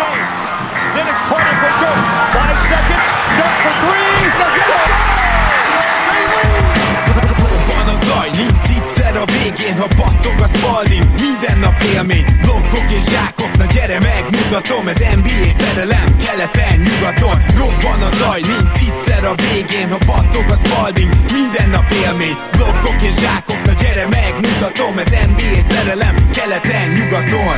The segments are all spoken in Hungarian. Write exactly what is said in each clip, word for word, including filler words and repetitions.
James. Dennis corner for Dirk. Five seconds. Dirk for three. Van a zaj, nincs egyszer a végén, ha battog a Spalding, minden nap élmény, blokkok és zsákok, na gyere megmutatom, ez en bé á szerelem, keleten, nyugaton, robban a zaj, nincs egyszer a végén, ha battog a Spalding, minden nap élmény, blokkok és zsákok, na gyere megmutatom, ez en bé á szerelem, keleten, nyugaton.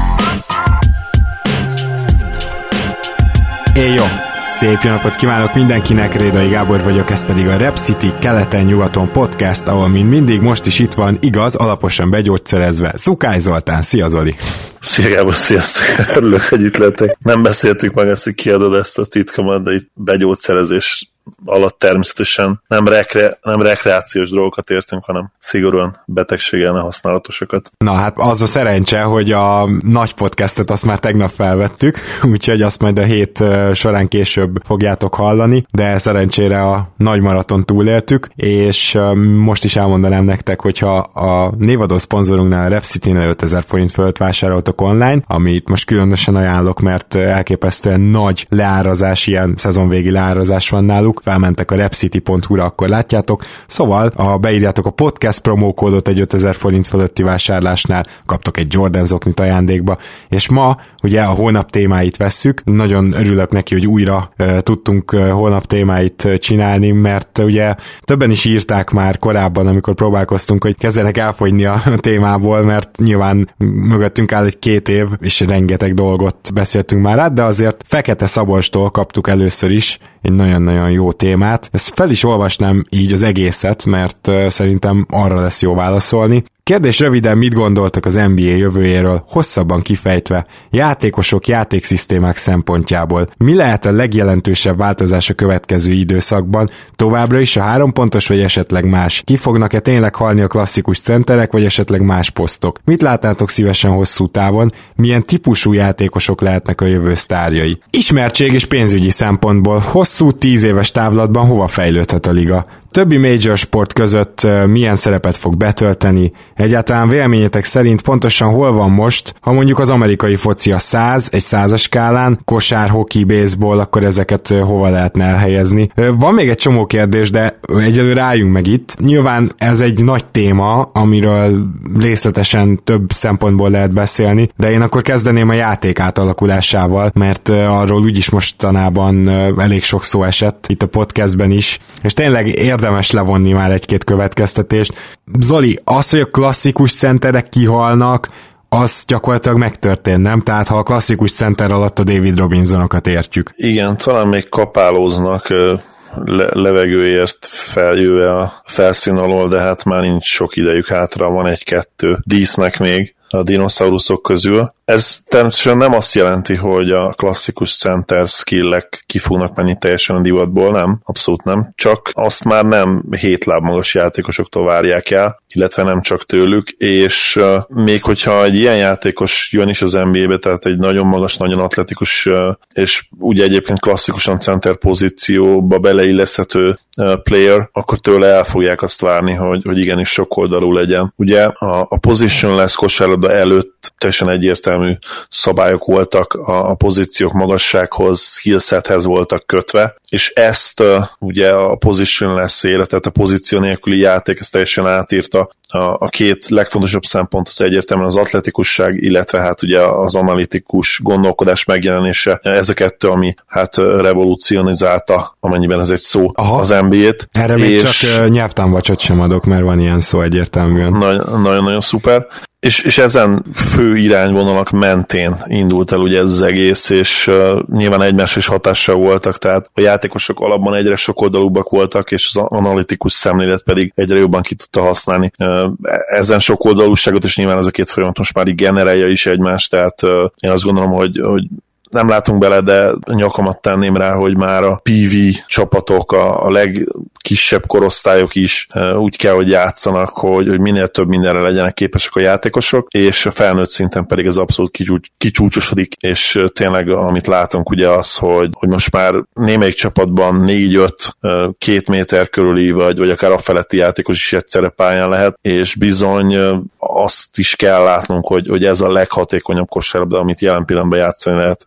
Éj jó! Szép jó napot kívánok mindenkinek, Rédai Gábor vagyok, ez pedig a Rep City keleten-nyugaton podcast, ahol mint mindig most is itt van, igaz, alaposan begyógyszerezve, Zukály Zoltán. Szia Zoli! Szia Gábor, sziasztok! Örülök, hogy itt lettek. Nem beszéltük meg ezt, hogy kiadod ezt a titkomat, de itt begyógyszerezés alatt természetesen nem, rekre, nem rekreációs dolgokat értünk, hanem szigorúan betegséggel használatosokat. Na hát az a szerencse, hogy a nagy podcastet azt már tegnap felvettük, úgyhogy azt majd a hét során később fogjátok hallani, de szerencsére a nagy maraton túléltük, és most is elmondanám nektek, hogyha a névadó szponzorunknál, a Rep City-nél ötezer forint fölött vásároltok online, amit most különösen ajánlok, mert elképesztően nagy leárazás, ilyen szezonvégi leárazás van náluk, felmentek a repcity pont hu-ra, akkor látjátok. Szóval, ha beírjátok a podcast promókódot egy ötezer forint fölötti vásárlásnál, kaptok egy Jordan zoknit ajándékba, és ma ugye a holnap témáit vesszük. Nagyon örülök neki, hogy újra uh, tudtunk uh, holnap témáit uh, csinálni, mert uh, ugye többen is írták már korábban, amikor próbálkoztunk, hogy kezdenek elfogyni a témából, mert nyilván mögöttünk áll egy két év, és rengeteg dolgot beszéltünk már át, de azért Fekete Szabolcstól kaptuk először is egy nagyon-nagyon jó témát. Ezt fel is olvasnám így az egészet, mert uh, szerintem arra lesz jó válaszolni. Kérdés röviden, mit gondoltak az en bé á jövőjéről, hosszabban kifejtve, játékosok, játékszisztémák szempontjából. Mi lehet a legjelentősebb változás a következő időszakban? Továbbra is a három pontos, vagy esetleg más? Ki fognak-e tényleg halni a klasszikus centerek, vagy esetleg más posztok? Mit látnátok szívesen hosszú távon? Milyen típusú játékosok lehetnek a jövő sztárjai? Ismertség és pénzügyi szempontból hosszú tíz éves távlatban hova fejlődhet a liga? Többi major sport között milyen szerepet fog betölteni? Egyáltalán véleményetek szerint pontosan hol van most, ha mondjuk az amerikai foci a száz, egy százas skálán, kosár, hoki, baseball, akkor ezeket hova lehetne elhelyezni? Van még egy csomó kérdés, de egyelőre álljunk meg itt. Nyilván ez egy nagy téma, amiről részletesen több szempontból lehet beszélni, de én akkor kezdeném a játék átalakulásával, mert arról úgyis mostanában elég sok szó esett itt a podcastben is, és tényleg érdemes levonni már egy-két következtetést. Zoli, az, hogy a klasszikus centerek kihalnak, az gyakorlatilag megtörtént, nem? Tehát ha a klasszikus center alatt a David Robinsonokat értjük. Igen, talán még kapálóznak le- levegőért feljöve a felszín alól, de hát már nincs sok idejük hátra, van egy-kettő dísznek még a dinoszauruszok közül. Ez természetesen nem azt jelenti, hogy a klasszikus center skillek ki fognak menni teljesen a divatból, nem, abszolút nem, csak azt már nem hét láb magas játékosoktól várják el, illetve nem csak tőlük, és uh, még hogyha egy ilyen játékos jön is az en bé á-be, tehát egy nagyon magas, nagyon atletikus, uh, és ugye egyébként klasszikusan center pozícióba beleilleszthető uh, player, akkor tőle el fogják azt várni, hogy, hogy igenis sokoldalú legyen. Ugye a, a positionless kosárlabda előtt teljesen egyértelmű szabályok voltak, a, a pozíciók magassághoz, skillsethez voltak kötve, és ezt uh, ugye a positionless élet, tehát a pozíció nélküli játék, ezt teljesen átírta. A, a két legfontosabb szempont az egyértelműen az atletikusság, illetve hát ugye az analitikus gondolkodás megjelenése. Ez a kettő, ami hát revolucionizálta, amennyiben ez egy szó, aha, az en bé á-t. Erre még csak uh, nyelvtanvacsot sem adok, mert van ilyen szó egyértelműen. Nagyon-nagyon szuper. És, és ezen fő irányvonalak mentén indult el ugye ez az egész, és uh, nyilván egymás is hatással voltak, tehát a játékosok alapban egyre sokoldalúbbak voltak, és az analitikus szemlélet pedig egyre jobban ki tudta használni. Uh, ezen sokoldalúságot, és nyilván ez a két folyamat most már így generálja is egymást, tehát uh, én azt gondolom, hogy, hogy nem látunk bele, de nyakamat tenném rá, hogy már a pé vé csapatok, a, a legkisebb korosztályok is e, úgy kell, hogy játszanak, hogy, hogy minél több mindenre legyenek képesek a játékosok, és a felnőtt szinten pedig ez abszolút kicsúcs, kicsúcsosodik, és tényleg amit látunk ugye az, hogy, hogy most már némelyik csapatban négy-öt, két méter körüli, vagy, vagy akár a feletti játékos is egyszerre pályán lehet, és bizony azt is kell látnunk, hogy, hogy ez a leghatékonyabb kosárlabda, amit jelen pillanatban játszani lehet.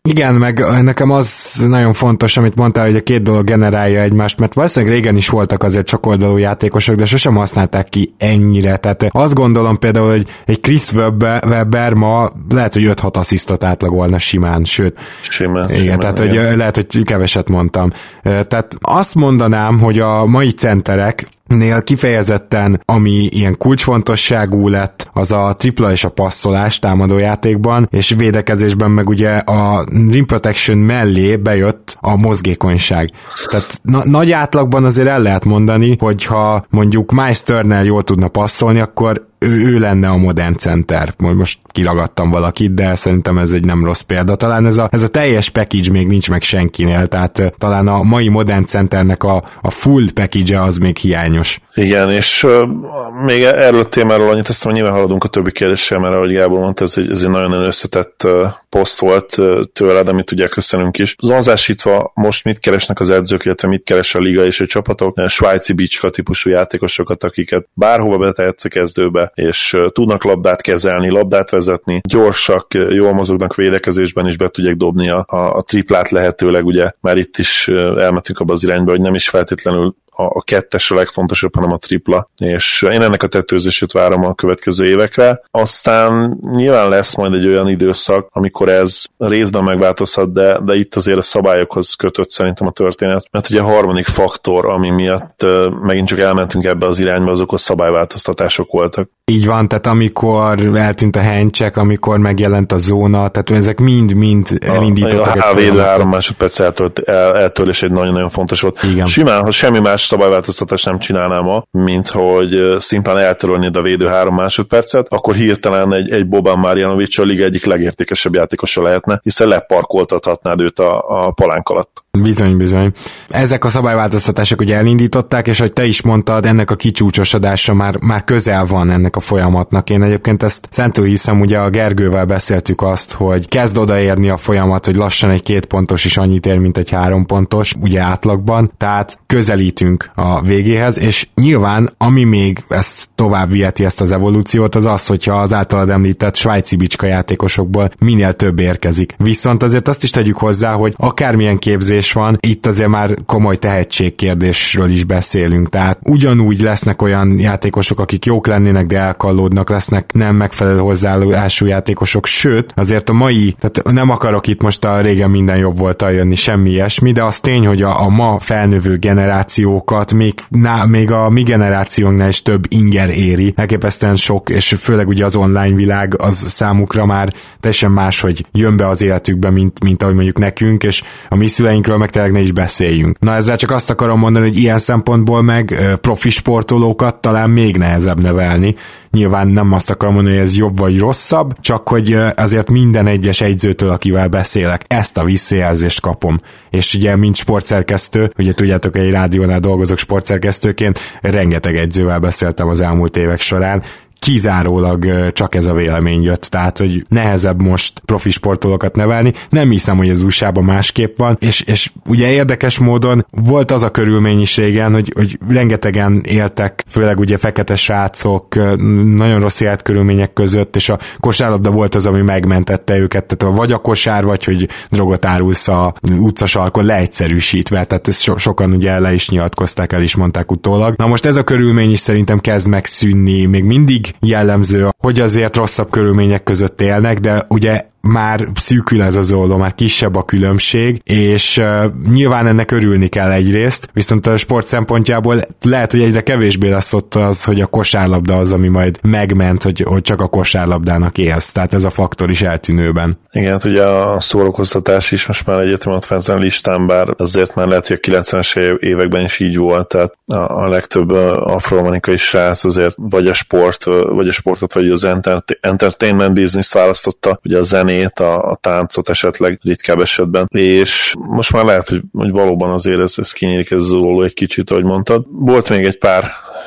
Igen, meg nekem az nagyon fontos, amit mondtál, hogy a két dolog generálja egymást, mert valószínűleg régen is voltak azért csokoldalú játékosok, de sosem használták ki ennyire. Tehát azt gondolom például, hogy egy Chris Webber ma lehet, hogy öt-hat asszisztot átlagolna simán, sőt. Simán. Igen, simán, tehát igen. hogy lehet, hogy keveset mondtam. Tehát azt mondanám, hogy a mai centerek nél kifejezetten, ami ilyen kulcsfontosságú lett, az a tripla és a passzolás támadójátékban, és védekezésben meg ugye a rim protection mellé bejött a mozgékonyság. Tehát na- nagy átlagban azért el lehet mondani, hogyha mondjuk Miles Turner jól tudna passzolni, akkor ő, ő lenne a modern center. Most kiragadtam valakit, de szerintem ez egy nem rossz példa. Talán ez a, ez a teljes package még nincs meg senkinél, tehát talán a mai modern centernek a, a full package az még hiányos. Igen, és uh, még erről a témáról annyit, aztán nyilván haladunk a többi kérdéssel, mert ahogy Gábor mondta, ez egy, ez egy nagyon összetett uh, poszt volt uh, tőled, amit ugye köszönünk is. Zonzásítva most mit keresnek az edzők, illetve mit keres a liga és a csapatok? Svájci bicska típusú játékosokat, akiket bárhova betehetsz a kezdőbe, és uh, tudnak labdát kezelni, labdát vezetni, gyorsak, uh, jól mozognak védekezésben is be tudják dobni a, a triplát lehetőleg, ugye már itt is uh, elmentünk abba az irányba, hogy nem is feltétlenül a kettes a legfontosabb, hanem a tripla, és én ennek a tetőzését várom a következő évekre. Aztán nyilván lesz majd egy olyan időszak, amikor ez részben megváltozhat, de, de itt azért a szabályokhoz kötött szerintem a történet, mert ugye a harmadik faktor, ami miatt megint csak elmentünk ebbe az irányba, azok a szabályváltoztatások voltak. Így van, tehát amikor eltűnt a handcheck, amikor megjelent a zóna, tehát ezek mind-mind elindítottak. A, a védő három másodperc eltölt, el, eltörlés egy nagyon-nagyon fontos volt. Igen. Simán, ha semmi más szabályváltoztatást nem csinálnám ma, mint hogy szimplán eltörölnéd a védő három másodpercet, akkor hirtelen egy, egy Boban Marjanovic a liga egyik legértékesebb játékosa lehetne, hiszen leparkoltathatnád őt a, a palánk alatt. Bizony, bizony. Ezek a szabályváltoztatások ugye elindították, és ahogy te is mondtad, ennek a kicsúcsosodása már, már közel van ennek a folyamatnak. Én egyébként ezt szentül hiszem, ugye a Gergővel beszéltük azt, hogy kezd odaérni a folyamat, hogy lassan egy két pontos is annyit ér, mint egy három pontos, ugye átlagban, tehát közelítünk a végéhez, és nyilván, ami még ezt tovább viheti ezt az evolúciót, az az, hogyha az általad említett svájci bicska játékosokból minél több érkezik. Viszont azért azt is tegyük hozzá, hogy akármilyen képzés van, itt azért már komoly tehetségkérdésről is beszélünk, tehát ugyanúgy lesznek olyan játékosok, akik jók lennének, de elkallódnak, lesznek nem megfelelő hozzáállású játékosok, sőt, azért a mai, tehát nem akarok itt most a régen minden jobb volt jönni, semmi ilyesmi, de az tény, hogy a, a ma felnövő generációkat még, ná, még a mi generációnknál is több inger éri, elképesztően sok, és főleg ugye az online világ az számukra már teljesen más, hogy jön be az életükbe, mint, mint ahogy mondjuk nekünk, és a mi szüleinkről meg tényleg ne is beszéljünk. Na ezzel csak azt akarom mondani, hogy ilyen szempontból meg profi sportolókat talán még nehezebb nevelni. Nyilván nem azt akarom mondani, hogy ez jobb vagy rosszabb, csak hogy azért minden egyes egyzőtől, akivel beszélek, ezt a visszajelzést kapom. És ugye, mint sportszerkesztő, ugye tudjátok, egy rádiónál dolgozok sportszerkesztőként, rengeteg egyzővel beszéltem az elmúlt évek során, kizárólag csak ez a vélemény jött, tehát, hogy nehezebb most profi sportolókat nevelni, nem hiszem, hogy az u es á-ban másképp van, és, és ugye érdekes módon volt az a körülmény is régen, hogy, hogy rengetegen éltek, főleg ugye fekete srácok, nagyon rossz életkörülmények között, és a kosárlabda volt az, ami megmentette őket, tehát vagy a kosár, vagy hogy drogot árulsz a utcasarkon leegyszerűsítve, tehát ezt so- sokan ugye le is nyilatkozták, el is mondták utólag. Na most ez a körülmény is szerintem kezd megszűnni, még mindig jellemző, hogy azért rosszabb körülmények között élnek, de ugye már szűkül ez az olló, már kisebb a különbség, és uh, nyilván ennek örülni kell egyrészt, viszont a sport szempontjából lehet, hogy egyre kevésbé lesz ott az, hogy a kosárlabda az, ami majd megment, hogy, hogy csak a kosárlabdának élsz, tehát ez a faktor is eltűnőben. Igen, hát ugye a szórakoztatás is most már egyetem ott fenn listán, bár azért már lehet, hogy a kilencvenes években is így volt, tehát a, a legtöbb afroamerikai srác azért vagy a sport, vagy a sportot, vagy az entertainment business választotta, ugye a zenét, a, a táncot esetleg ritkább esetben, és most már lehet, hogy, hogy valóban azért ez, ez kinyílik ez az olló egy kicsit, ahogy mondtad. Volt még egy pár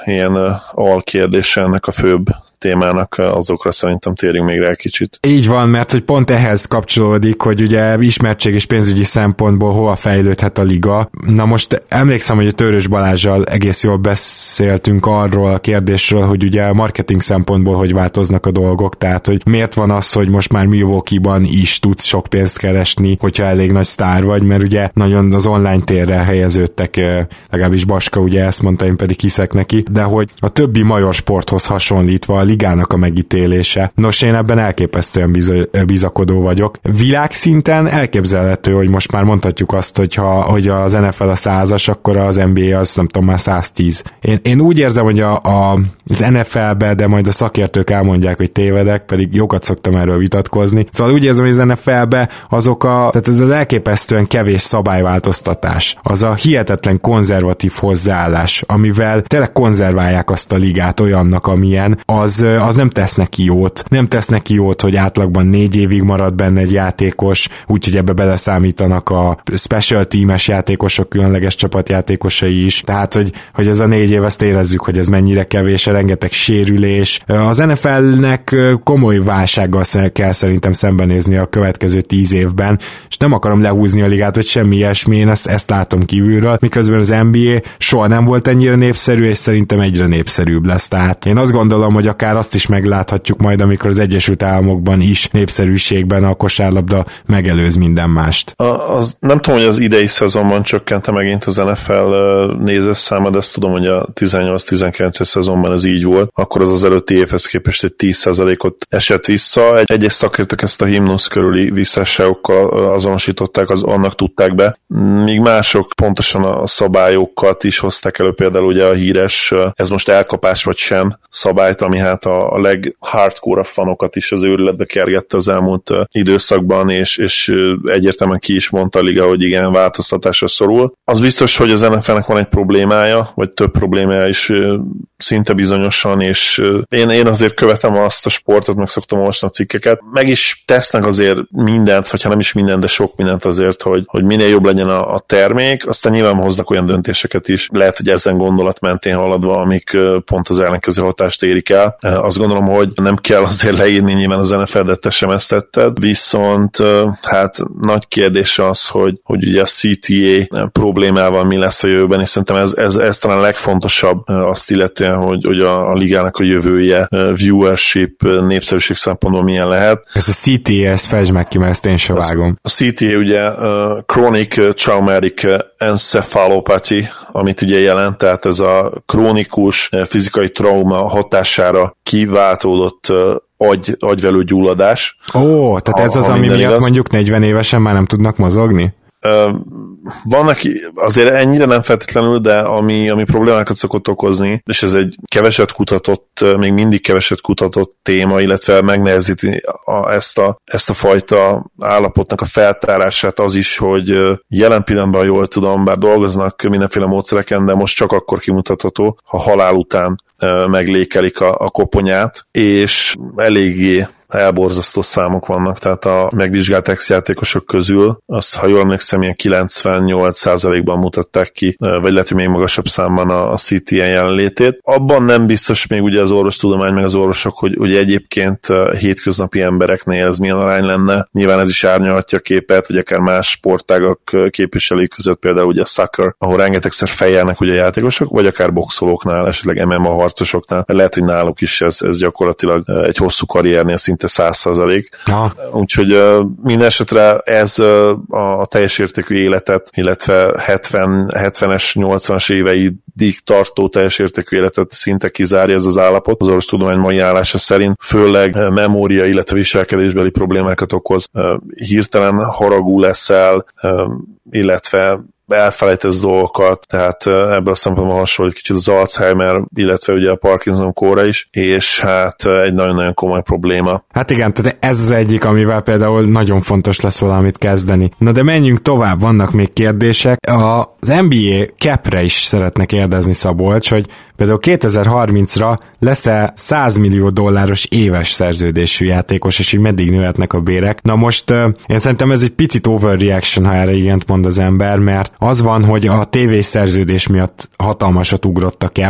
ilyen alkérdése ennek a főbb témának, azokra szerintem térjünk még rá egy kicsit. Így van, mert hogy pont ehhez kapcsolódik, hogy ugye ismertség és pénzügyi szempontból hova fejlődhet a liga. Na most emlékszem, hogy a Törős Balázsral egész jól beszéltünk arról a kérdésről, hogy ugye marketing szempontból hogy változnak a dolgok, tehát hogy miért van az, hogy most már Milwaukee-ban is tudsz sok pénzt keresni, hogyha elég nagy sztár vagy, mert ugye nagyon az online térre helyeződtek, legalábbis Baska ugye ezt mondta, én pedig hiszek neki, de hogy a többi major sporthoz hasonlítva a ligának a megítélése. Nos, én ebben elképesztően biz- bizakodó vagyok. Világszinten elképzelhető, hogy most már mondhatjuk azt, hogy ha hogy az en ef el a százas, akkor az en bé á az nem tudom már száztíz. Én, én úgy érzem, hogy a, a, az en ef el-be, de majd a szakértők elmondják, hogy tévedek, pedig jókat szoktam erről vitatkozni. Szóval úgy érzem, hogy az en ef el-be azok a, tehát ez az elképesztően kevés szabályváltoztatás, az a hihetetlen konzervatív hozzáállás, amivel tényleg konzerválják azt a ligát olyannak, amilyen, az, az nem tesz neki jót. Nem tesz neki jót, hogy átlagban négy évig marad benne egy játékos, úgyhogy ebbe beleszámítanak a special teames játékosok, különleges csapatjátékosai is. Tehát, hogy, hogy ez a négy év, ezt érezzük, hogy ez mennyire kevés, rengeteg sérülés. Az en ef el-nek komoly válsággal kell szerintem szembenézni a következő tíz évben, és nem akarom lehúzni a ligát, vagy semmi ilyesmi, én ezt, ezt látom kívülről, miközben az en bé á soha nem volt ennyire népszerű, és szerintem egyre népszerűbb lesz. Tehát én azt gondolom, hogy akár azt is megláthatjuk majd, amikor az Egyesült Államokban is népszerűségben a kosárlabda megelőz minden mást. A, az, nem tudom, hogy az idei szezonban csökkente megint az en ef el nézőszáma, de ezt tudom, hogy a tizennyolc-tizenkilences szezonban ez így volt, akkor az az előtti évhez képest egy tíz százalékot esett vissza. Egy, egyes szakértők ezt a himnusz körüli visszásságokkal azonosították, az annak tudták be, míg mások pontosan a szabályokat is hozták elő, például ugye a híres, ez most elkapás vagy sem szabályt, ami hát a, a leghardcore fanokat is az őrületbe kergette az elmúlt időszakban, és, és egyértelműen ki is mondta a liga, hogy igen, változtatásra szorul. Az biztos, hogy az en ef el-nek van egy problémája, vagy több problémája is szinte bizonyosan, és én, én azért követem azt a sportot, meg szoktam olvasni a cikkeket. Meg is tesznek azért mindent, vagy ha nem is mindent, de sok mindent azért, hogy, hogy minél jobb legyen a, a termék, aztán nyilván hoznak olyan döntéseket is, lehet, hogy ezen gondolat mentén haladva, amik pont az ellenkező hatást érik el. Azt gondolom, hogy nem kell azért leírni nyilván az en ef el-et, te sem ezt tetted, viszont hát nagy kérdés az, hogy, hogy ugye a cé té á problémával mi lesz a jövőben, és szerintem ez, ez, ez talán a legfontosabb azt illetően, hogy, hogy a, a ligának a jövője, viewership, népszerűség szempontból milyen lehet. Ez a cé té á, ezt fejtsd meg ki, mert ezt én sem vágom. A cé té á ugye uh, Chronic Traumatic Encephalopathy, amit ugye jelent, tehát ez a krónikus fizikai trauma hatására kiváltódott uh, agy, agyvelő gyulladás. Ó, tehát ez az, ami miatt igaz. Mondjuk negyven évesen már nem tudnak mozogni? Uh, vannak azért ennyire nem feltétlenül, de ami, ami problémákat szokott okozni, és ez egy keveset kutatott, még mindig keveset kutatott téma, illetve megnehezíti a, ezt, a, ezt a fajta állapotnak a feltárását az is, hogy jelen pillanatban jól tudom, bár dolgoznak mindenféle módszereken, de most csak akkor kimutatható, ha halál után meglékelik a, a koponyát, és eléggé elborzasztó számok vannak, tehát a megvizsgált ex-játékosok közül, azt, ha jól emlékszem, ilyen kilencvennyolc százalékban mutatták ki, vagy lehet, hogy még magasabb számban a, a cé té á jelenlétét. Abban nem biztos még ugye az orvostudomány, meg az orvosok, hogy, hogy egyébként hétköznapi embereknél ez milyen arány lenne. Nyilván ez is árnyalhatja a képet, vagy akár más sportágak képviselői között, például ugye a soccer, ahol rengetegszer fejelnek ugye a játékosok, vagy akár boxolóknál, esetleg em em á harcosoknál. Lehet, hogy náluk is ez, ez gyakorlatilag egy hosszú karriernél szinte száz százalék. Úgyhogy uh, minden esetre ez uh, a teljes értékű életet, illetve hetven, hetvenes, nyolcvanas éveidig tartó teljes értékű életet szinte kizárja ez az állapot. Az orvostudomány mai állása szerint főleg uh, memória, illetve viselkedésbeli problémákat okoz. Uh, hirtelen haragú leszel, uh, illetve elfelejtesz dolgokat, tehát ebből a szempontból hasonlít kicsit az Alzheimer, illetve ugye a Parkinson-kóra is, és hát egy nagyon-nagyon komoly probléma. Hát igen, tehát ez az egyik, amivel például nagyon fontos lesz valamit kezdeni. Na de menjünk tovább, vannak még kérdések. Az en bé á capre is szeretne kérdezni Szabolcs, hogy például kétezer-harmincra lesz-e száz millió dolláros éves szerződésű játékos, és így meddig nőhetnek a bérek. Na most én szerintem ez egy picit overreaction, ha erre igent mond az ember, mert az van, hogy a tévés szerződés miatt hatalmasat ugrott a cap,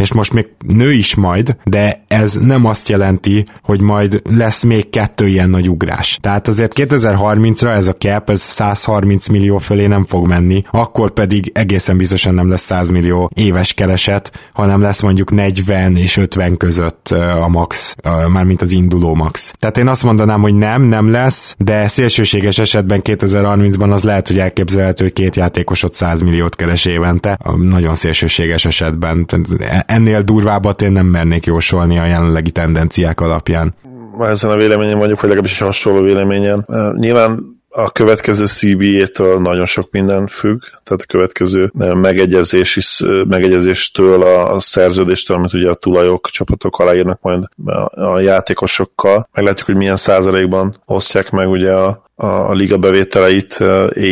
és most még nő is majd, de ez nem azt jelenti, hogy majd lesz még kettő ilyen nagy ugrás. Tehát azért kétezer-harmincra ez a cap, ez száz harminc millió fölé nem fog menni, akkor pedig egészen biztosan nem lesz száz millió éves kereset, hanem lesz mondjuk negyven és ötven között a max, mármint az induló max. Tehát én azt mondanám, hogy nem, nem lesz, de szélsőséges esetben kétezer-harmincban az lehet, hogy elképzelhető, hogy két játékosot száz milliót keres évente. Nagyon szélsőséges esetben. Ennél durvábbat én nem mernék jósolni a jelenlegi tendenciák alapján. Ezen a véleményen vagyok, vagy legalábbis egy hasonló véleményen. Nyilván a következő cé bé á-től nagyon sok minden függ, tehát a következő megegyezés is, megegyezéstől, a szerződéstől, amit ugye a tulajok, csapatok aláírnak majd a játékosokkal. Meglátjuk, hogy milyen százalékban osztják meg ugye a, a liga bevételeit,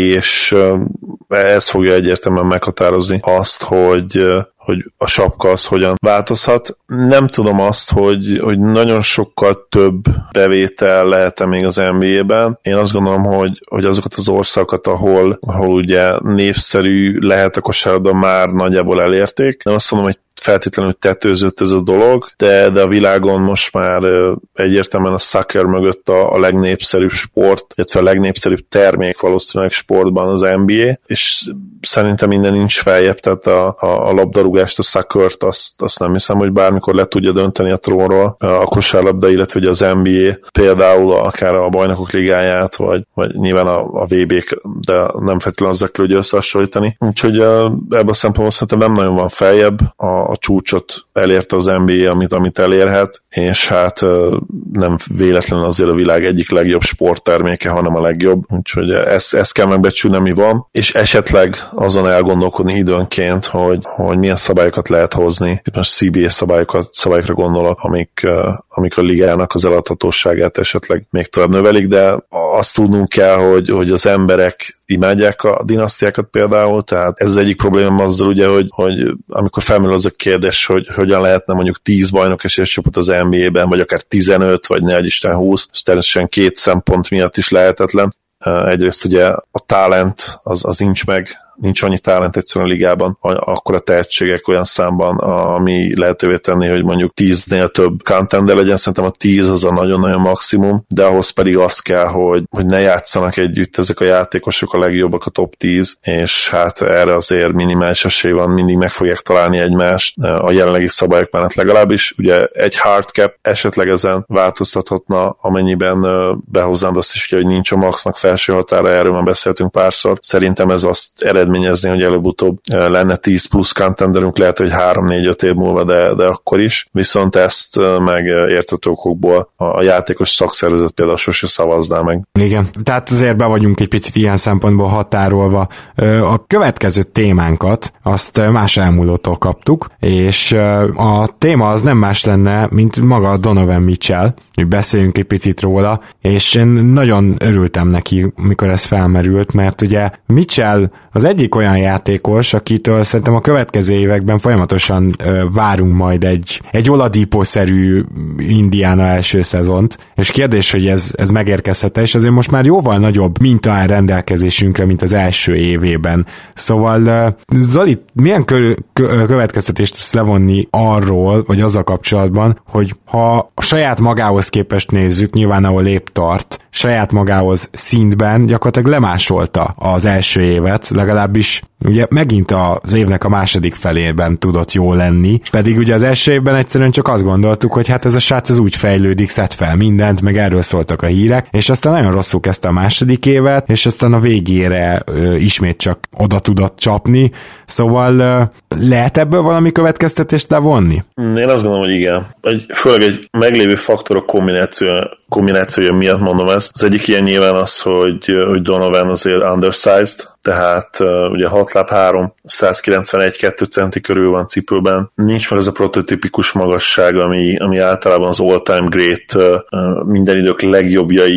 és ez fogja egyértelműen meghatározni azt, hogy hogy a sapka az hogyan változhat. Nem tudom azt, hogy, hogy nagyon sokkal több bevétel lehet-e még az en bé á-ben. Én azt gondolom, hogy, hogy azokat az országokat, ahol, ahol ugye népszerű lehet a kosárlabda, már nagyjából elérték. Nem azt mondom, hogy feltétlenül tetőzött ez a dolog, de, de a világon most már egyértelműen a soccer mögött a, a legnépszerűbb sport, illetve a legnépszerűbb termék valószínűleg sportban az en bé á, és szerintem minden nincs feljebb, tehát a, a, a labdarúgást, a szoccert, azt, azt nem hiszem, hogy bármikor le tudja dönteni a trónról a kosárlabda, illetve az en bé á, például akár a Bajnokok Ligáját, vagy, vagy nyilván a, a vé bé-k, de nem feltétlenül azzal kell ugye összehasonlítani. Úgyhogy ebben a szempontból szerintem nem nagyon van feljebb, a a csúcsot elérte az en bé á, amit, amit elérhet, és hát nem véletlenül azért a világ egyik legjobb sportterméke, hanem a legjobb, úgyhogy ezt, ezt kell megbecsülni, mi van, és esetleg azon elgondolkodni időnként, hogy, hogy milyen szabályokat lehet hozni, itt most cé bé á szabályokat, szabályokra gondolok, amik, amik a ligának az eladhatóságát esetleg még tovább növelik, de azt tudnunk kell, hogy, hogy az emberek imádják a dinasztiákat például, tehát ez az egyik probléma azzal ugye, hogy, hogy amikor felmerül az a kérdés, hogy hogyan lehetne mondjuk tíz bajnok esélyes csapat az en bé á-ben, vagy akár tizenöt, vagy ne Isten húsz, és természetesen két szempont miatt is lehetetlen. Egyrészt ugye a talent az, az nincs meg, nincs annyi talent egyszerűen a ligában, akkor a tehetségek olyan számban, ami lehetővé tenni, hogy mondjuk tíznél több contender legyen, szerintem a tíz az a nagyon-nagyon maximum, de ahhoz pedig az kell, hogy, hogy ne játszanak együtt ezek a játékosok a legjobbak a top tíz, és hát erre azért minimális esély van, mindig meg fogják találni egymást a jelenlegi szabályok mellett legalábbis. Ugye egy hard cap esetleg ezen változtathatna, amennyiben behoznád azt is, hogy nincs a maxnak felső határa, erről már beszéltünk párszor. Szerintem ez azt eredményezni, hogy előbb-utóbb lenne tíz plusz contenderünk, lehet, hogy három négy öt év múlva, de, de akkor is. Viszont ezt meg érthető okokból a játékos szakszervezet például sose szavazná meg. Igen, tehát azért be vagyunk egy picit ilyen szempontból határolva. A következő témánkat azt más elmúlótól kaptuk, és a téma az nem más lenne, mint maga Donovan Mitchell, hogy beszéljünk egy picit róla, és én nagyon örültem neki, mikor ez felmerült, mert ugye Mitchell az egyik olyan játékos, akitől szerintem a következő években folyamatosan ö, várunk majd egy, egy Oladipo-szerű Indiana első szezont, és kérdés, hogy ez, ez megérkezhet-e, és azért most már jóval nagyobb minta áll rendelkezésünkre, mint az első évében. Szóval ö, Zoli, milyen kö, kö, következtetést tudsz levonni arról, vagy azzal kapcsolatban, hogy ha a saját magához képest nézzük, nyilván ahol épp tart, saját magához szintben gyakorlatilag lemásolta az első évet, legalábbis ugye megint az évnek a második felében tudott jó lenni, pedig ugye az első évben egyszerűen csak azt gondoltuk, hogy hát ez a srác az úgy fejlődik, szed fel mindent, meg erről szóltak a hírek, és aztán nagyon rosszul kezdte a második évet, és aztán a végére ö, ismét csak oda tudott csapni, szóval ö, lehet ebből valami következtetést levonni? Én azt gondolom, hogy igen. Egy, főleg egy meglévő faktorok kombináció, kombinációja miatt mondom ezt. Az egyik ilyen nyilván az, hogy, hogy Donovan azért undersized, tehát uh, ugye hat láb három, száz kilencvenegy kettő centi körül van cipőben. Nincs meg az a prototípikus magasság, ami, ami általában az all-time great uh, minden idők legjobbjai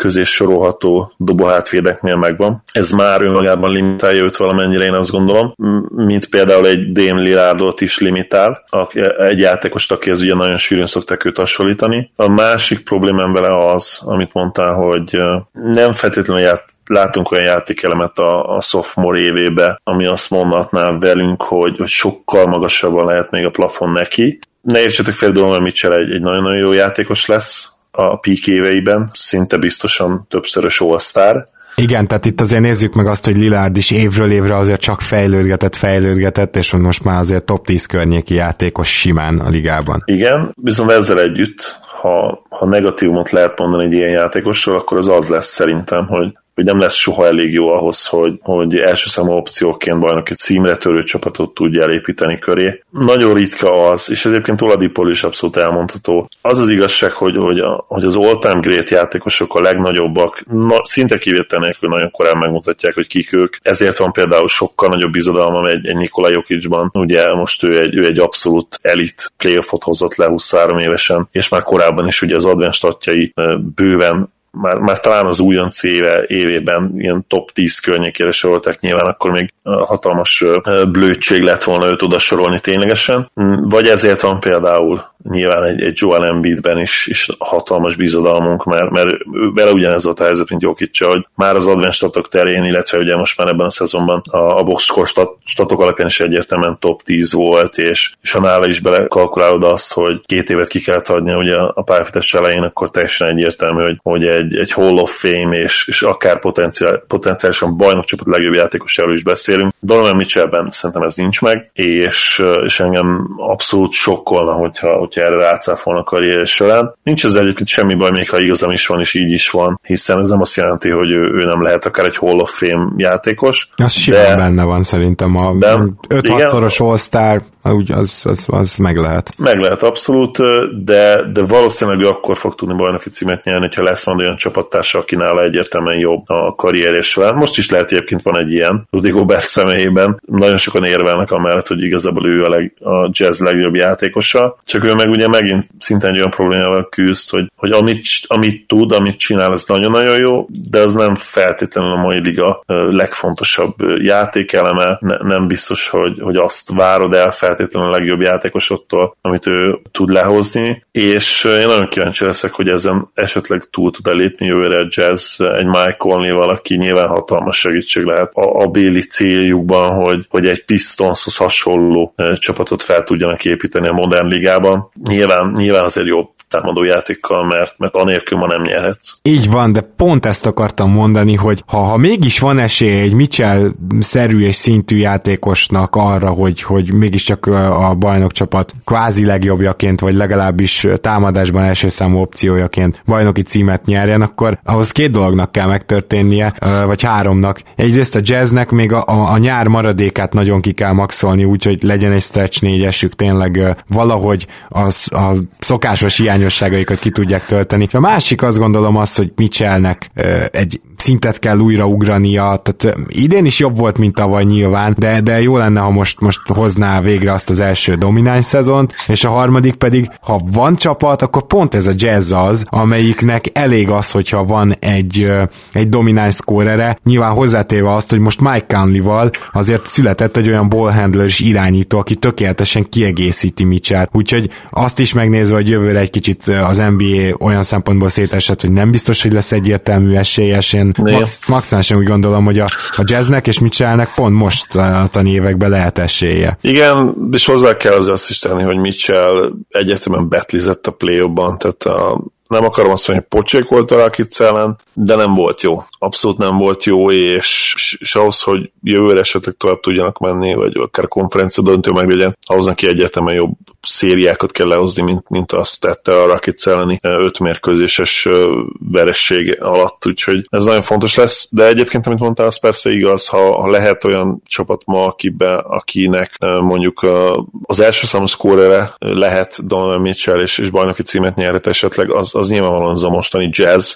közé sorolható dobóhátvédeknél megvan. Ez már önmagában limitálja őt valamennyire, én azt gondolom, mint például egy Dame Lillardot is limitál, egy játékost, akihez ugye nagyon sűrűn szokták őt hasonlítani. A másik problémám vele az, amit mondtál, hogy nem feltétlenül ját látunk olyan játékelemet a, a sophomore évébe, ami azt mondhatná velünk, hogy, hogy sokkal magasabban lehet még a plafon neki. Ne értsetek fel, Donovan Mitchell egy, egy nagyon-nagyon jó játékos lesz a peak éveiben, szinte biztosan többszörös all-star. Igen, tehát itt azért nézzük meg azt, hogy Lillard is évről évre azért csak fejlődgetett, fejlődgetett, és most már azért top tíz környéki játékos simán a ligában. Igen, viszont ezzel együtt, ha, ha negatívumot lehet mondani egy ilyen játékosról, akkor az az lesz szerintem, hogy hogy nem lesz soha elég jó ahhoz, hogy, hogy első számú opcióként bajnoki címre törő csapatot tudja elépíteni köré. Nagyon ritka az, és ez egyébként Oladipo is abszolút elmondható. Az az igazság, hogy, hogy, a, hogy az all-time great játékosok a legnagyobbak, na, szinte kivétel nélkül nagyon korán megmutatják, hogy kik ők. Ezért van például sokkal nagyobb bizodalmam egy, egy Nikola Jokicban. Ugye most ő egy, ő egy abszolút elit playoffot hozott le huszonhárom évesen, és már korábban is ugye az advanced statjai bőven Már, már talán az újonc éve, évében ilyen top tíz környékére sorolták, nyilván akkor még hatalmas blödség lett volna őt oda sorolni ténylegesen. Vagy ezért van például nyilván egy, egy Joel Embiidben is, is hatalmas bizodalmunk, mert, mert vele ugyanez volt a helyzet, mint Jokicsa, hogy már az advanced statok terén, illetve ugye most már ebben a szezonban a, a boxscore stat, statok alapján is egyértelműen top tíz volt, és, és ha nála is belekalkulálod azt, hogy két évet ki kellett adnia ugye a pályafutása elején, akkor teljesen egyértelmű, hogy, hogy egy, egy Hall of Fame, és, és akár potenciál, potenciálisan bajnokcsapat legjobb játékosáról is beszélünk. Donovan Mitchellben szerintem ez nincs meg, és, és engem abszolút sokkolna, hogyha, hogyha erre rácáfolna a karrier során. Nincs az egyébként semmi baj, még ha igazam is van, és így is van, hiszen ez nem azt jelenti, hogy ő, ő nem lehet akár egy Hall of Fame játékos. Az simán benne van szerintem. A öt-hatszoros All-Star, úgy az, az, az meg lehet. Meg lehet abszolút, de, de valószínűleg ő akkor fog tudni bajnoki címet nyerni, hogyha lesz van olyan csapattársa, aki nála egyértelműen jobb a karrierje során. Most is lehet, egyébként van egy ilyen Rudy Gobert személyében. Nagyon sokan érvelnek amellett, hogy igazából ő a, leg, a Jazz legjobb játékosa, csak ő meg ugye megint szintén egy olyan problémával küzd, hogy, hogy amit, amit tud, amit csinál, az nagyon-nagyon jó, de az nem feltétlenül a mai liga legfontosabb játékeleme, ne, nem biztos, hogy, hogy azt várod el feltétlenül a legjobb játékosottól, amit ő tud lehozni, és én nagyon kíváncsi leszek, hogy ezen esetleg túl tud elépni jövőre a Jazz egy Mike Conley-val, aki nyilván hatalmas segítség lehet a, a béli céljukban, hogy, hogy egy Pistonshoz hasonló csapatot fel tudjanak építeni a modern ligában. Nyilván, nyilván azért jobb támadó játékkal, mert, mert anélkül ma nem nyerhetsz. Így van, de pont ezt akartam mondani, hogy ha, ha mégis van esély egy Mitchell-szerű és szintű játékosnak arra, hogy, hogy mégiscsak a bajnokcsapat kvázi legjobbjaként, vagy legalábbis támadásban első számú opciójaként bajnoki címet nyerjen, akkor ahhoz két dolognak kell megtörténnie, vagy háromnak. Egyrészt a Jazznek még a, a, a nyár maradékát nagyon ki kell maxolni, úgyhogy legyen egy stretch négyesük, tényleg valahogy az, a szokásos hiányosságaikat ki tudják tölteni. A másik azt gondolom az, hogy Mitchellnek egy szintet kell újraugrania, tehát idén is jobb volt, mint tavaly nyilván, de, de jó lenne, ha most, most hozná végre azt az első domináns szezont, és a harmadik pedig, ha van csapat, akkor pont ez a Jazz az, amelyiknek elég az, hogyha van egy, egy domináns szkórere, nyilván hozzátéve azt, hogy most Mike Conley-val azért született egy olyan ballhandler és irányító, aki tökéletesen kiegészíti Mitchell, úgyhogy azt is megnézve, hogy jövőre egy kicsit az en bé á olyan szempontból szétesett, hogy nem biztos, hogy lesz egyértelmű esélyes. Én max, maximálisan úgy gondolom, hogy a, a Jazznek és Mitchellnek pont most a években lehet esélye. Igen, és hozzá kell az azt is tenni, hogy Mitchell egyértelműen betlizett a play-offban, tehát a nem akarom azt mondani, hogy pocsék volt a Rockets ellen, de nem volt jó. Abszolút nem volt jó, és, és ahhoz, hogy jövőre esetleg tovább tudjanak menni, vagy akár konferencia döntő meg legyen, ahhoz neki egyértelműen jobb szériákat kell lehozni, mint, mint azt tette a Rockets elleni öt mérkőzéses veresség alatt, úgyhogy ez nagyon fontos lesz, de egyébként, amit mondtál, az persze igaz, ha, ha lehet olyan csapat ma, akibe, akinek mondjuk az első számú szkórere lehet Donovan Mitchell, és, és bajnoki címet nyerhet esetleg, az, az nyilvánvalóan az a mostani Jazz,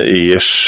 és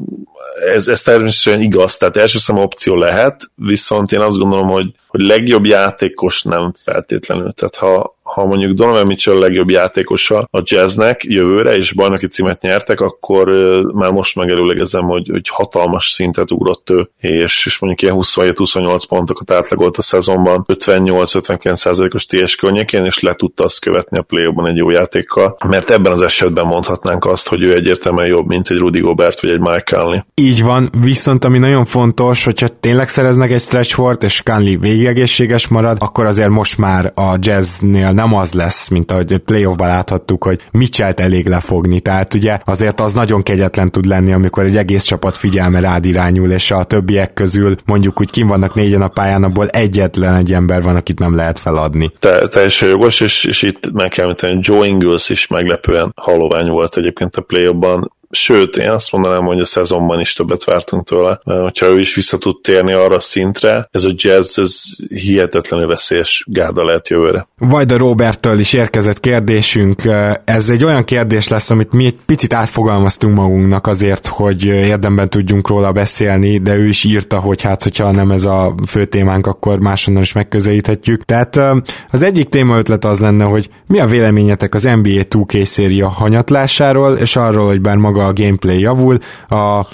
ez, ez természetesen igaz, tehát első számú opció lehet, viszont én azt gondolom, hogy, hogy legjobb játékos nem feltétlenül, tehát ha, ha mondjuk Donovan Mitchell a legjobb játékosa a Jazznek jövőre, és bajnoki címet nyertek, akkor már most megelőlegezem, hogy, hogy hatalmas szintet ugrott ő, és, és mondjuk ilyen huszonhét-huszonnyolc pontokat átlagolt a szezonban, ötvennyolc-ötvenkilenc százalékos té es környékén, és le tudta azt követni a play-offban egy jó játékkal, mert ebben az esetben mondhatnánk azt, hogy ő egyértelműen jobb, mint egy Rudy Gobert vagy egy Mike Conley. Így van, viszont ami nagyon fontos, hogyha tényleg szereznek egy stretch fourt, és Conley végig egészséges marad, akkor azért most már a Jazznél nem az lesz, mint ahogy a playoffban láthattuk, hogy Mitchellt elég lefogni, tehát ugye azért az nagyon kegyetlen tud lenni, amikor egy egész csapat figyelme rád irányul, és a többiek közül mondjuk úgy kim vannak négyen a pályán, abból egyetlen egy ember van, akit nem lehet feladni. Te, teljesen jogos, és, és itt meg kell említeni, Joe Ingles is meglepően halovány volt egyébként a playoffban. Sőt, én azt mondanám, hogy a szezonban is többet vártunk tőle. Hogyha ő is vissza tud térni arra a szintre, ez a Jazz, ez hihetetlenül veszélyes gárda lehet jövőre. Vajda Roberttől is érkezett kérdésünk. Ez egy olyan kérdés lesz, amit mi egy picit átfogalmaztunk magunknak azért, hogy érdemben tudjunk róla beszélni, de ő is írta, hogy hát, hogyha nem ez a fő témánk, akkor máshonnan is megközelíthetjük. Tehát az egyik témaötlet az lenne, hogy mi a véleményetek az en bé á two K széria hanyatlásáról, és arról, hogy bár maga a gameplay javul, a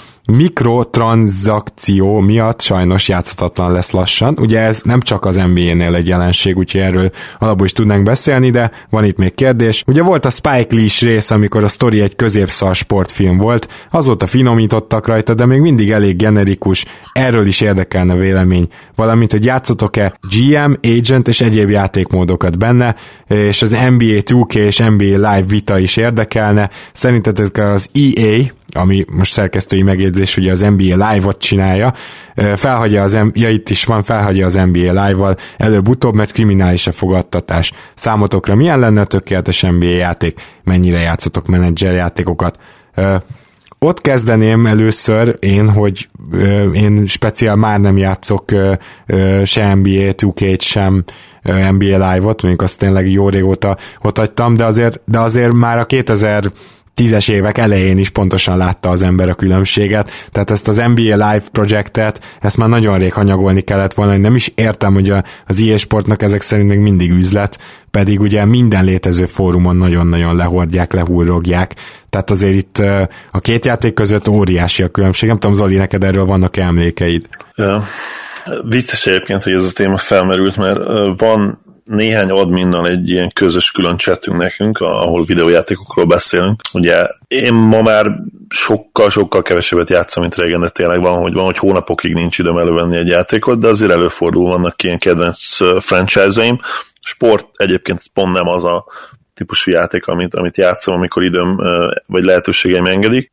mikrotranszakció miatt sajnos játszhatatlan lesz lassan. Ugye ez nem csak az en bé á-nél egy jelenség, úgyhogy erről alapból is tudnánk beszélni, de van itt még kérdés. Ugye volt a Spike Lee-s rész, amikor a sztori egy középszar sportfilm volt, azóta finomítottak rajta, de még mindig elég generikus, erről is érdekelne vélemény. Valamint, hogy játszotok-e gé em, agent és egyéb játékmódokat benne, és az en bé á two K és en bé á Live vita is érdekelne. Szerintetek az é á, ami most szerkesztői megjegyzés, ugye az en bé á Live-ot csinálja, felhagyja az, ja itt is van, felhagyja az en bé á Live-val előbb-utóbb, mert kriminális a fogadtatás. Számotokra milyen lenne a tökéletes en bé á játék? Mennyire játszotok menedzser játékokat? Ott kezdeném először én, hogy én speciál már nem játszok se en bé á two K-t, sem en bé á Live-ot, mondjuk azt tényleg jó régóta ott hagytam, de azért, de azért már a kétezer-tízes évek elején is pontosan látta az ember a különbséget, tehát ezt az en bé á Live projektet, ezt már nagyon rég hanyagolni kellett volna, nem is értem, hogy az í á Sportnak ezek szerint még mindig üzlet, pedig ugye minden létező fórumon nagyon-nagyon lehordják, lehúrogják, tehát azért itt a két játék között óriási a különbség, nem tudom, Zoli, neked erről vannak emlékeid? Ja. Vicces egyébként, hogy ez a téma felmerült, mert van néhány adminnal egy ilyen közös külön chatünk nekünk, ahol videójátékokról beszélünk. Ugye én ma már sokkal-sokkal kevesebbet játszom, mint régen, de tényleg van, hogy van, hogy hónapokig nincs időm elővenni egy játékot, de azért előfordul, vannak ilyen kedvenc franchise-aim. Sport egyébként pont nem az a típusú játék, amit, amit játszom, amikor időm vagy lehetőségeim engedik.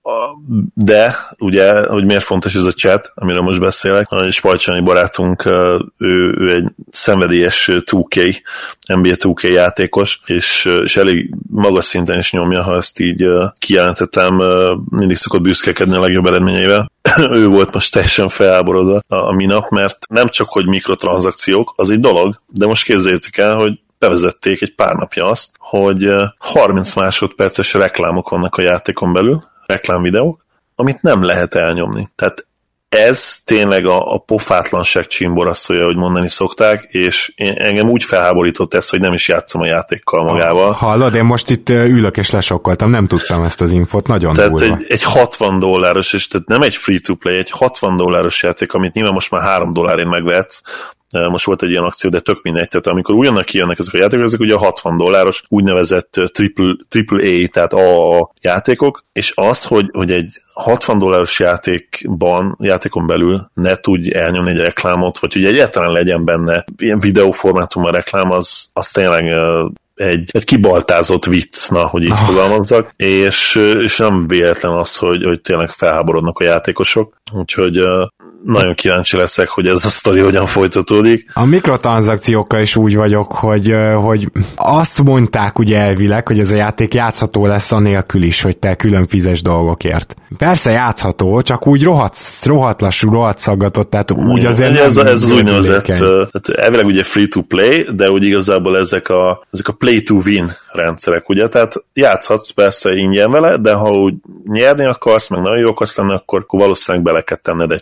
De ugye, hogy miért fontos ez a chat, amiről most beszélek, és Pajcsányi barátunk, ő, ő egy szenvedélyes two K, en bé á two K játékos, és, és elég magas szinten is nyomja, ha ezt így kijelentettem, mindig szokott büszkekedni a legjobb eredményeivel. Ő volt most teljesen felháborodva a minap, mert nem csak, hogy mikrotranszakciók, az egy dolog, de most képzeljétek el, hogy bevezették egy pár napja azt, hogy harminc másodperces reklámok vannak a játékon belül, reklámvideók, amit nem lehet elnyomni. Tehát ez tényleg a, a pofátlanság csimboraszolja, hogy mondani szokták, és én, engem úgy felháborított ez, hogy nem is játszom a játékkal magával. Hallod, én most itt ülök és lesokkoltam, nem tudtam ezt az infot, nagyon tehát durva. Egy, egy hatvan dolláros, és tehát nem egy free-to-play, egy hatvan dolláros játék, amit nyilván most már három dollárért megvehetsz. Most volt egy ilyen akció, de tök mindegy, tehát amikor újonnan kijönnek ezek a játékok, ezek ugye a hatvan dolláros úgynevezett triple, triple A, tehát á á á játékok, és az, hogy, hogy egy hatvan dolláros játékban, játékon belül ne tudj elnyomni egy reklámot, vagy hogy egyáltalán legyen benne ilyen videóformátumban reklám, az, az tényleg egy, egy kibaltázott vicc, na, hogy így oh. fogalmazzak, és, és nem véletlen az, hogy, hogy tényleg felháborodnak a játékosok, úgyhogy nagyon kíváncsi leszek, hogy ez a sztori hogyan folytatódik. A mikrotranszakciókkal is úgy vagyok, hogy, hogy azt mondták ugye elvileg, hogy ez a játék játszható lesz anélkül is, hogy te külön fizes dolgokért. Persze játszható, csak úgy rohadt, rohadt lassú, rohadt szaggatott, tehát úgy azért ez, nem ez az úgynevezett, elvileg ugye free to play, de úgy igazából ezek a, ezek a play to win rendszerek, ugye, tehát játszhatsz persze ingyen vele, de ha úgy nyerni akarsz, meg nagyon jó akarsz lenni, akkor, akkor valószínűleg bele kell tenned egy kis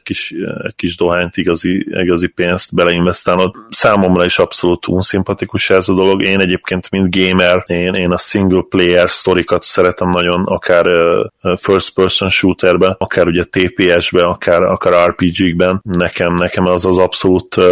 egy kis dohányt, igazi, igazi pénzt beleinvestálnod. Számomra is abszolút unszimpatikus ez a dolog. Én egyébként, mint gamer, én, én a single player sztorikat szeretem nagyon, akár uh, first person shooterben, akár ugye té pé es-ben, akár, akár er pé gé-kben. Nekem, nekem az az abszolút uh,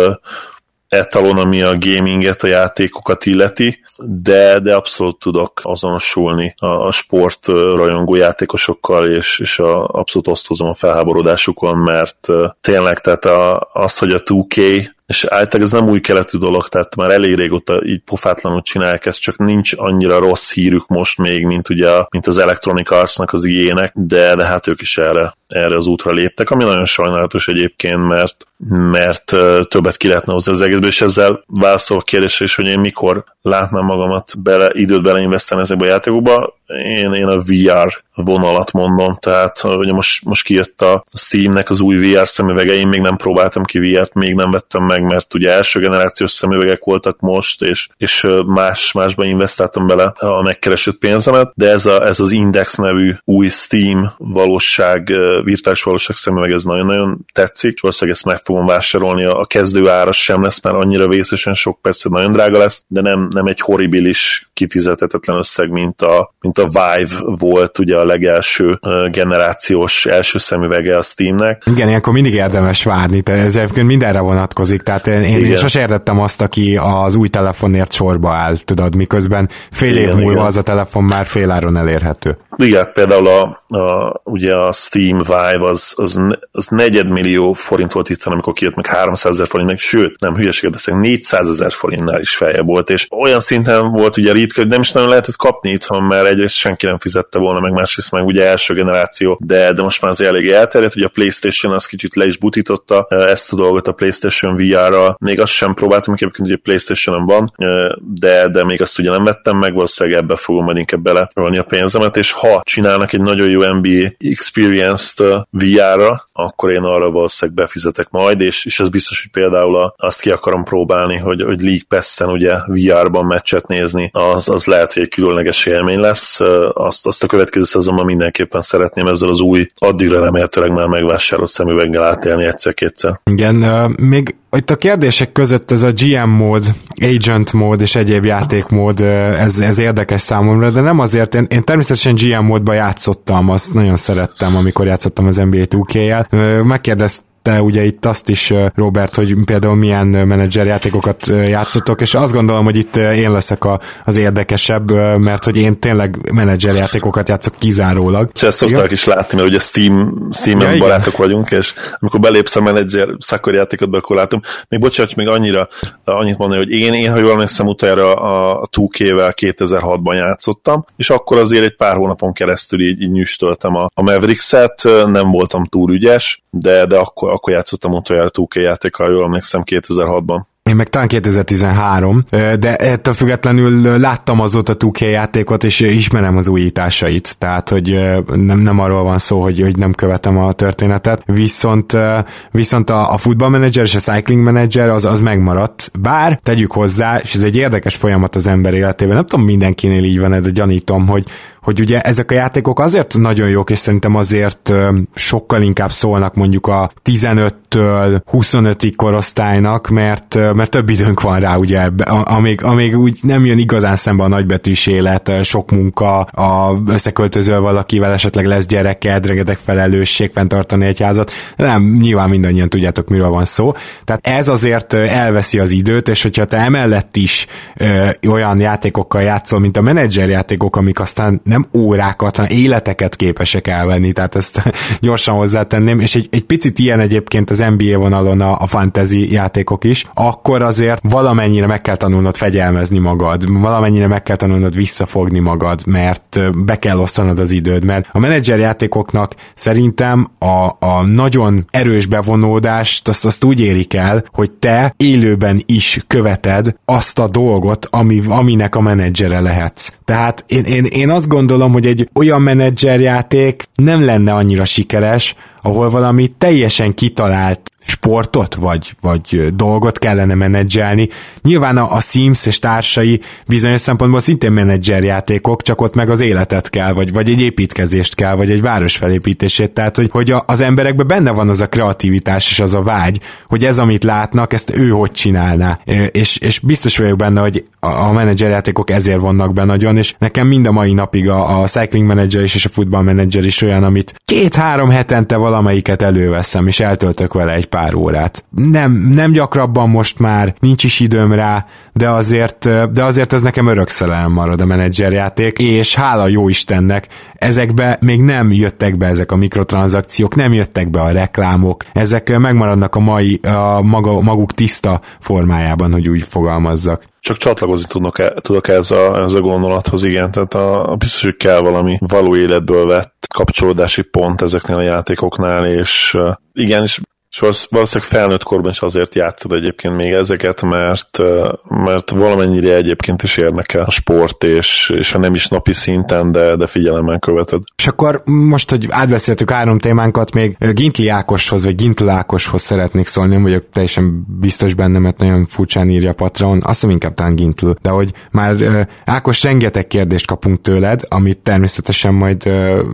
etalon, ami a gaminget, a játékokat illeti, de, de abszolút tudok azonosulni a, a sport rajongó játékosokkal, és, és a, abszolút osztozom a felháborodásukon, mert uh, tényleg, tehát a, az, hogy a two K, és általában ez nem új keletű dolog, tehát már elég régóta így pofátlanul csinálják ezt, csak nincs annyira rossz hírük most még, mint ugye mint az Electronic Arts-nak, az í á-nek, de, de hát ők is erre, erre az útra léptek, ami nagyon sajnálatos egyébként, mert, mert többet ki lehetne hozni az egészből, és ezzel válaszol a kérdésre is, hogy én mikor látnám magamat bele, időt beleinvestálni ezekbe a játékokba. Én, én a vé er vonalat mondom, tehát ugye most, most kijött a Steamnek az új vé er szemüvege, én még nem próbáltam ki vé er-t, még nem vettem meg, mert ugye első generációs szemüvegek voltak most, és, és más, másba investáltam bele a megkeresett pénzemet, de ez, a, ez az Index nevű új Steam valóság, virtuális valóság szemüveg, ez nagyon-nagyon tetszik, és valószínűleg ezt meg fogom vásárolni, a kezdő ára sem lesz már annyira vészesen sok, persze nagyon drága lesz, de nem, nem egy horribilis, kifizethetetlen összeg, mint a, mint a Vive volt ugye a legelső generációs első szemüvege a Steamnek. Igen, ilyenkor mindig érdemes várni, tehát ez egyébként mindenre vonatkozik, tehát én, én sosem értettem azt, aki az új telefonért sorba áll, tudod, miközben fél év igen, múlva igen. Az a telefon már féláron elérhető. Igen, például a, a, ugye a Steam Vive az, az, az negyedmillió forint volt itt, amikor kijött meg háromszázezer forint, meg sőt, nem hülyeséget beszélünk, négyszázezer forintnál is feljebb volt, és olyan szinten volt ugye ritka, hogy nem is nagyon lehetett kapni itthon, mert egyrészt senki nem fizette volna, meg másrészt meg ugye első generáció, de, de most már azért elég elterjedt, ugye a PlayStation az kicsit le is butította ezt a dolgot a PlayStation vé er-ra, még azt sem próbáltam, egyébként ugye PlayStation-on van, de, de még azt ugye nem vettem meg, valószínűleg ebbe fogom majd inkább beleölni a pénzemet, és ha csinálnak egy nagyon jó en bé á Experience-t vé er-ra, akkor én arra valószínűleg befizetek majd, és, és ez biztos, hogy például a, azt ki akarom próbálni, hogy, hogy League Pass-en ugye vé er-ban meccset nézni, az, az lehet, hogy egy különleges élmény lesz, azt, azt a következő szezonban mindenképpen szeretném ezzel az új, addigra remélhetőleg már megvásárolt szemüveggel átélni egyszer-kétszer. Igen, uh, még itt a kérdések között ez a gé em mód, agent mód és egyéb játékmód, ez, ez érdekes számomra, de nem azért, én, én természetesen gé em módban játszottam, azt nagyon szerettem, amikor játszottam az en bé á two K-jel. Megkérdeztem te ugye itt azt is, Robert, hogy például milyen menedzserjátékokat játszottok, és azt gondolom, hogy itt én leszek a, az érdekesebb, mert hogy én tényleg menedzserjátékokat játszok kizárólag. És ezt szokták is látni, mert ugye Steam, Steam-en ja, barátok igen. vagyunk, és amikor belépsz a menedzser szakkorjátékotba, akkor látom. Még bocsánat, még annyira, annyit mondani, hogy én, én ha jól emlékszem, utoljára a two K-vel kétezer-hatban játszottam, és akkor azért egy pár hónapon keresztül így, így nyüstöltem a, a Mavericks-et, nem voltam túl ügyes, de, de akkor akkor játszottam utoljára two K játékkal, jól emlékszem kétezer-hatban. Én meg talán kétezer-tizenhárom, de ettől függetlenül láttam azóta two K játékot, és ismerem az újításait, tehát, hogy nem, nem arról van szó, hogy, hogy nem követem a történetet, viszont, viszont a, a Football Manager és a Cycling Manager az, az megmaradt, bár tegyük hozzá, és ez egy érdekes folyamat az ember életében, nem tudom mindenkinél így van, de gyanítom, hogy hogy ugye ezek a játékok azért nagyon jók, és szerintem azért sokkal inkább szólnak mondjuk a tizenöttől huszonötig korosztálynak, mert, mert több időnk van rá, ugye, amíg, amíg úgy nem jön igazán szembe a nagybetűs élet, sok munka, a összeköltözöl valakivel, esetleg lesz gyereked, rengeteg felelősség fenntartani egy házat. Nem, nyilván mindannyian tudjátok, miről van szó. Tehát ez azért elveszi az időt, és hogyha te emellett is ö, olyan játékokkal játszol, mint a menedzser játékok, amik aztán nem órákat, hanem életeket képesek elvenni, tehát ezt gyorsan hozzátenném, és egy, egy picit ilyen egyébként az en bé á vonalon a, a fantasy játékok is, akkor azért valamennyire meg kell tanulnod fegyelmezni magad, valamennyire meg kell tanulnod visszafogni magad, mert be kell osztanod az időd, mert a menedzser játékoknak szerintem a, a nagyon erős bevonódást azt, azt úgy érik el, hogy te élőben is követed azt a dolgot, ami, aminek a menedzsere lehetsz. Tehát én, én, én azt gondolom, hogy egy olyan menedzserjáték nem lenne annyira sikeres, ahol valami teljesen kitalált sportot, vagy, vagy dolgot kellene menedzselni. Nyilván a, a Sims és társai bizonyos szempontból szintén menedzserjátékok, csak ott meg az életet kell, vagy, vagy egy építkezést kell, vagy egy város felépítését, tehát hogy, hogy a, az emberekben benne van az a kreativitás és az a vágy, hogy ez, amit látnak, ezt ő hogy csinálná. És, és biztos vagyok benne, hogy a, a menedzserjátékok ezért vannak be nagyon, és nekem mind a mai napig a, a Cycling Manager is és a Football Manager is olyan, amit két-három hetente valamelyiket előveszem, és eltöltök vele egy pár órát. Nem, nem gyakrabban most már, nincs is időm rá, de azért, de azért ez nekem örökszerelem marad a menedzserjáték, és hála jó Istennek, ezekbe még nem jöttek be ezek a mikrotranszakciók, nem jöttek be a reklámok, ezek megmaradnak a mai, a maga, maguk tiszta formájában, hogy úgy fogalmazzak. Csak csatlakozni tudok, e, tudok ez a, ez a gondolathoz, igen, tehát a, a biztos, hogy kell valami való életből vett kapcsolódási pont ezeknél a játékoknál, és uh, igen, és és valószínűleg felnőtt korban is azért játszod egyébként még ezeket, mert, mert valamennyire egyébként is érdekel a sport, és, és ha nem is napi szinten, de, de figyelemmel követed. És akkor most, hogy átbeszéltük három témánkat, még Gintli Ákoshoz, vagy Gintl Ákoshoz szeretnék szólni, nem vagyok teljesen biztos benne, mert nagyon furcsán írja a Patreon, azt hiszem inkább talán Gintl, de hogy már Ákos, rengeteg kérdést kapunk tőled, amit természetesen majd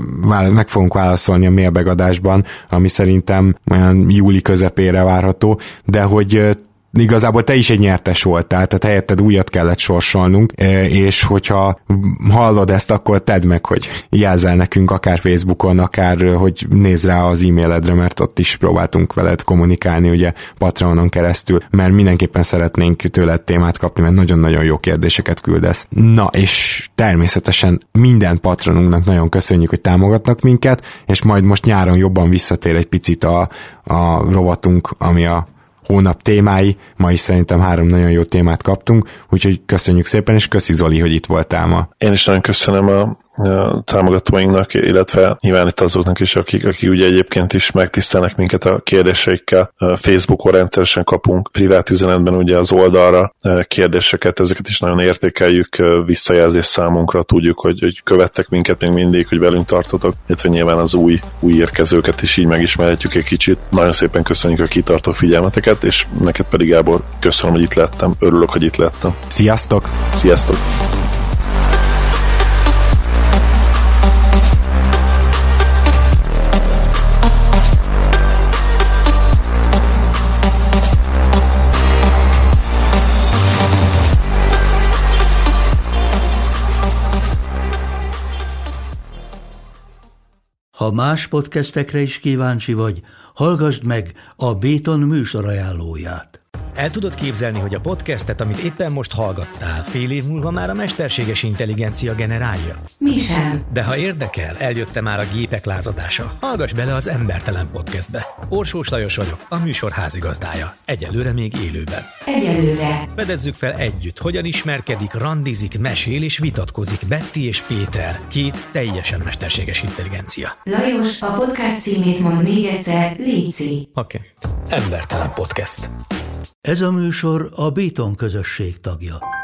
meg fogunk válaszolni a mailbagadásban, ami szerintem olyan júli közepére várható, de hogy igazából te is egy nyertes voltál, tehát helyetted újat kellett sorsolnunk, és hogyha hallod ezt, akkor tedd meg, hogy jelzel nekünk akár Facebookon, akár hogy nézz rá az e-mailedre, mert ott is próbáltunk veled kommunikálni, ugye Patreonon keresztül, mert mindenképpen szeretnénk tőled témát kapni, mert nagyon-nagyon jó kérdéseket küldesz. Na, és természetesen minden patronunknak nagyon köszönjük, hogy támogatnak minket, és majd most nyáron jobban visszatér egy picit a, a rovatunk, ami a hónap témái, ma is szerintem három nagyon jó témát kaptunk, úgyhogy köszönjük szépen, és köszi Zoli, hogy itt voltál ma. Én is nagyon köszönöm a, a támogatóinknak, illetve nyilván itt azoknak is, akik, akik ugye egyébként is megtisztelnek minket a kérdéseikkel. A Facebookon rendszeresen kapunk privát üzenetben ugye az oldalra kérdéseket, ezeket is nagyon értékeljük, visszajelzés számunkra, tudjuk, hogy, hogy követtek minket még mindig, hogy velünk tartotok, illetve nyilván az új, új érkezőket is így megismerhetjük egy kicsit. Nagyon szépen köszönjük a kitartó figyelmeteket, és neked pedig, Gábor, köszönöm, hogy itt lettem, örülök, hogy itt lettem. Sziasztok! Sziasztok! Ha más podcastekre is kíváncsi vagy, hallgassd meg a Béton műsor ajánlóját. El tudod képzelni, hogy a podcastet, amit éppen most hallgattál, fél év múlva már a mesterséges intelligencia generálja? Mi sem. De ha érdekel, eljött már a gépek lázadása. Hallgass bele az Embertelen Podcastbe. Orsós Lajos vagyok, a műsor házigazdája. Egyelőre még élőben. Egyelőre. Fedezzük fel együtt, hogyan ismerkedik, randizik, mesél és vitatkozik Betty és Péter, két teljesen mesterséges intelligencia. Lajos, a podcast címét mond még egyszer, léci. Oké. Okay. Embertelen Podcast. Ez a műsor a Béton közösség tagja.